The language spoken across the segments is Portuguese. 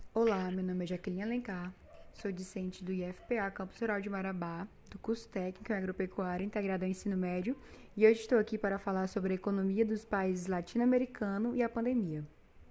Olá, meu nome é Jaqueline Alencar, sou discente do IFPA Campus Rural de Marabá, do curso técnico em agropecuária integrado ao ensino médio, e hoje estou aqui para falar sobre a economia dos países latino-americanos e a pandemia.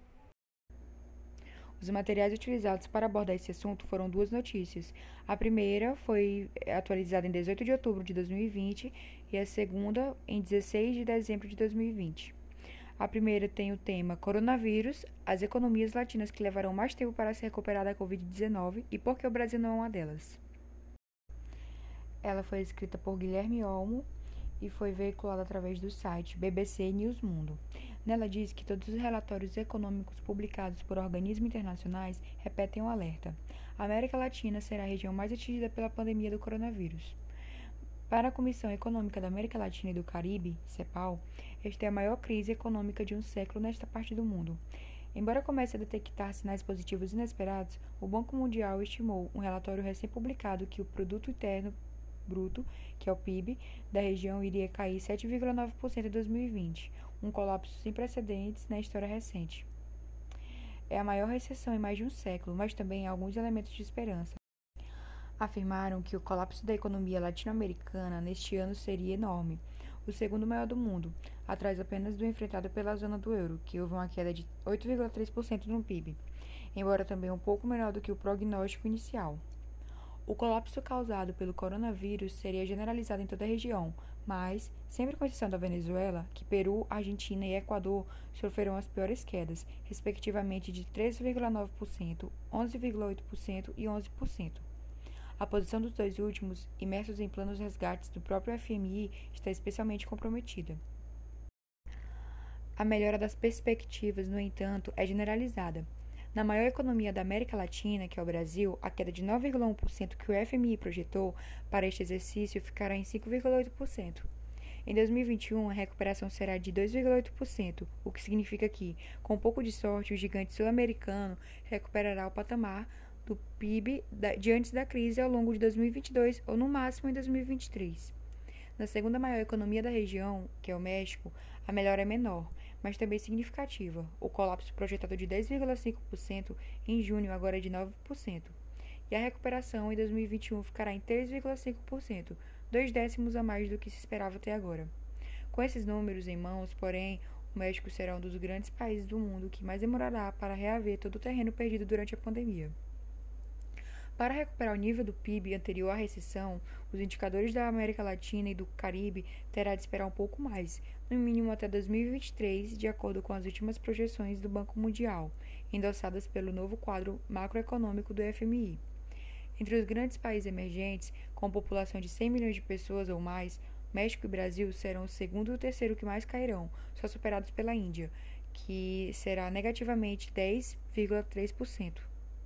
Os materiais utilizados para abordar esse assunto foram duas notícias. A primeira foi atualizada em 18 de outubro de 2020 e a segunda em 16 de dezembro de 2020. A primeira tem o tema Coronavírus, as economias latinas que levarão mais tempo para se recuperar da Covid-19 e por que o Brasil não é uma delas. Ela foi escrita por Guilherme Olmo e foi veiculada através do site BBC News Mundo. Nela diz que todos os relatórios econômicos publicados por organismos internacionais repetem o alerta. A América Latina será a região mais atingida pela pandemia do coronavírus. Para a Comissão Econômica da América Latina e do Caribe, CEPAL, esta é a maior crise econômica de um século nesta parte do mundo. Embora comece a detectar sinais positivos inesperados, o Banco Mundial estimou um relatório recém-publicado que o Produto Interno Bruto, que é o PIB, da região iria cair 7,9% em 2020, um colapso sem precedentes na história recente. É a maior recessão em mais de um século, mas também há alguns elementos de esperança. Afirmaram que o colapso da economia latino-americana neste ano seria enorme, o segundo maior do mundo, atrás apenas do enfrentado pela zona do euro, que houve uma queda de 8,3% no PIB, embora também um pouco menor do que o prognóstico inicial. O colapso causado pelo coronavírus seria generalizado em toda a região, mas, sempre com exceção da Venezuela, que Peru, Argentina e Equador sofreram as piores quedas, respectivamente de 13,9%, 11,8% e 11%. A posição dos dois últimos, imersos em planos resgates do próprio FMI, está especialmente comprometida. A melhora das perspectivas, no entanto, é generalizada. Na maior economia da América Latina, que é o Brasil, a queda de 9,1% que o FMI projetou para este exercício ficará em 5,8%. Em 2021, a recuperação será de 2,8%, o que significa que, com um pouco de sorte, o gigante sul-americano recuperará o patamar do PIB de antes da crise ao longo de 2022 ou, no máximo, em 2023. Na segunda maior economia da região, que é o México, a melhora é menor, mas também significativa. O colapso projetado de 10,5% em junho agora é de 9%. E a recuperação em 2021 ficará em 3,5%, 2/10 a mais do que se esperava até agora. Com esses números em mãos, porém, o México será um dos grandes países do mundo que mais demorará para reaver todo o terreno perdido durante a pandemia. Para recuperar o nível do PIB anterior à recessão, os indicadores da América Latina e do Caribe terá de esperar um pouco mais, no mínimo até 2023, de acordo com as últimas projeções do Banco Mundial, endossadas pelo novo quadro macroeconômico do FMI. Entre os grandes países emergentes, com população de 100 milhões de pessoas ou mais, México e Brasil serão o segundo e o terceiro que mais cairão, só superados pela Índia, que será negativamente 10,3%.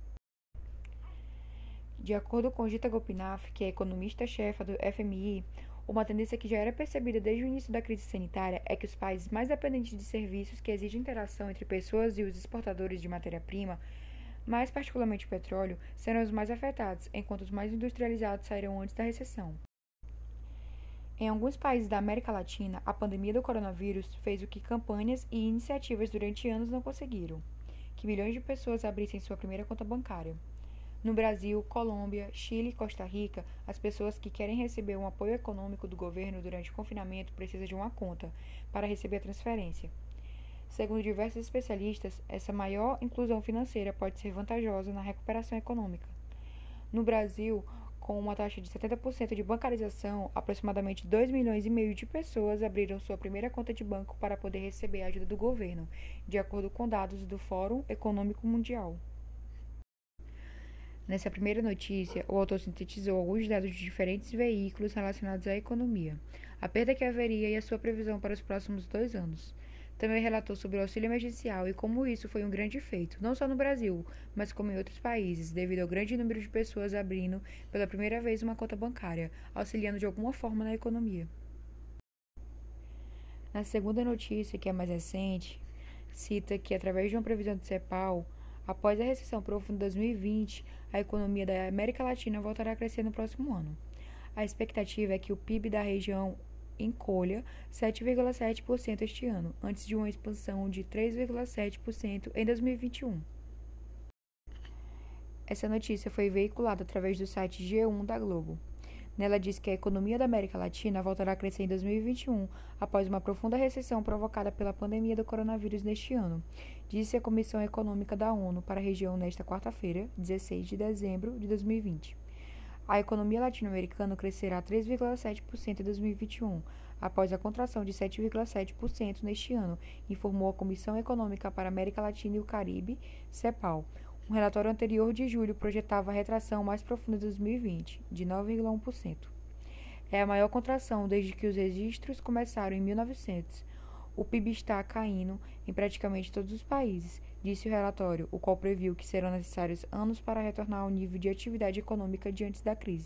De acordo com Gita Gopinath, que é economista-chefe do FMI, uma tendência que já era percebida desde o início da crise sanitária é que os países mais dependentes de serviços que exigem interação entre pessoas e os exportadores de matéria-prima, mais particularmente o petróleo, serão os mais afetados, enquanto os mais industrializados sairão antes da recessão. Em alguns países da América Latina, a pandemia do coronavírus fez o que campanhas e iniciativas durante anos não conseguiram: que milhões de pessoas abrissem sua primeira conta bancária. No Brasil, Colômbia, Chile e Costa Rica, as pessoas que querem receber um apoio econômico do governo durante o confinamento precisam de uma conta para receber a transferência. Segundo diversos especialistas, essa maior inclusão financeira pode ser vantajosa na recuperação econômica. No Brasil, com uma taxa de 70% de bancarização, aproximadamente 2,5 milhões de pessoas abriram sua primeira conta de banco para poder receber a ajuda do governo, de acordo com dados do Fórum Econômico Mundial. Nessa primeira notícia, o autor sintetizou alguns dados de diferentes veículos relacionados à economia, a perda que haveria e a sua previsão para os próximos 2 anos. Também relatou sobre o auxílio emergencial e como isso foi um grande feito, não só no Brasil, mas como em outros países, devido ao grande número de pessoas abrindo pela primeira vez uma conta bancária, auxiliando de alguma forma na economia. Na segunda notícia, que é mais recente, cita que, através de uma previsão do CEPAL, após a recessão profunda de 2020, a economia da América Latina voltará a crescer no próximo ano. A expectativa é que o PIB da região encolha 7,7% este ano, antes de uma expansão de 3,7% em 2021. Essa notícia foi veiculada através do site G1 da Globo. Nela diz que a economia da América Latina voltará a crescer em 2021, após uma profunda recessão provocada pela pandemia do coronavírus neste ano, disse a Comissão Econômica da ONU para a região nesta quarta-feira, 16 de dezembro de 2020. A economia latino-americana crescerá 3,7% em 2021, após a contração de 7,7% neste ano, informou a Comissão Econômica para a América Latina e o Caribe, CEPAL. Um relatório anterior de julho projetava a retração mais profunda de 2020, de 9,1%. É a maior contração desde que os registros começaram em 1900. O PIB está caindo em praticamente todos os países, disse o relatório, o qual previu que serão necessários anos para retornar ao nível de atividade econômica de antes da crise.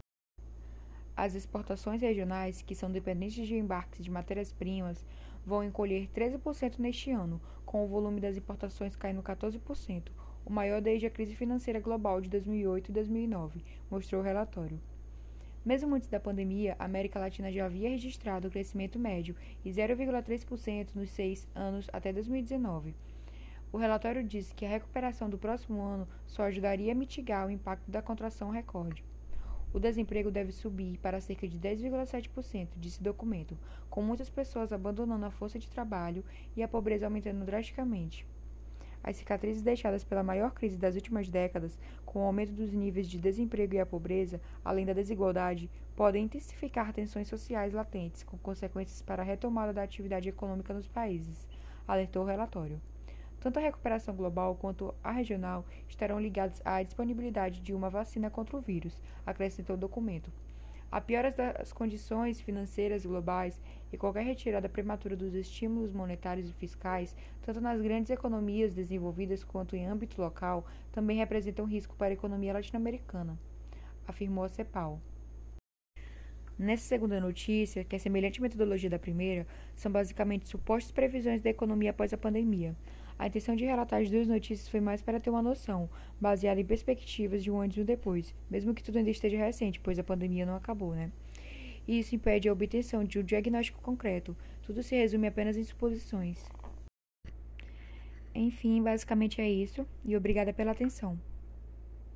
As exportações regionais, que são dependentes de embarques de matérias-primas, vão encolher 13% neste ano, com o volume das importações caindo 14%, o maior desde a crise financeira global de 2008 e 2009, mostrou o relatório. Mesmo antes da pandemia, a América Latina já havia registrado crescimento médio de 0,3% nos 6 anos até 2019. O relatório disse que a recuperação do próximo ano só ajudaria a mitigar o impacto da contração recorde. O desemprego deve subir para cerca de 10,7%, disse o documento, com muitas pessoas abandonando a força de trabalho e a pobreza aumentando drasticamente. As cicatrizes deixadas pela maior crise das últimas décadas, com o aumento dos níveis de desemprego e a pobreza, além da desigualdade, podem intensificar tensões sociais latentes, com consequências para a retomada da atividade econômica nos países, alertou o relatório. Tanto a recuperação global quanto a regional estarão ligadas à disponibilidade de uma vacina contra o vírus, acrescentou o documento. A piora das condições financeiras globais e qualquer retirada prematura dos estímulos monetários e fiscais, tanto nas grandes economias desenvolvidas quanto em âmbito local, também representam risco para a economia latino-americana, afirmou a CEPAL. Nessa segunda notícia, que é semelhante à metodologia da primeira, são basicamente supostas previsões da economia após a pandemia. A intenção de relatar as duas notícias foi mais para ter uma noção, baseada em perspectivas de um antes e um depois, mesmo que tudo ainda esteja recente, pois a pandemia não acabou, né? E isso impede a obtenção de um diagnóstico concreto. Tudo se resume apenas em suposições. Enfim, basicamente é isso, e obrigada pela atenção.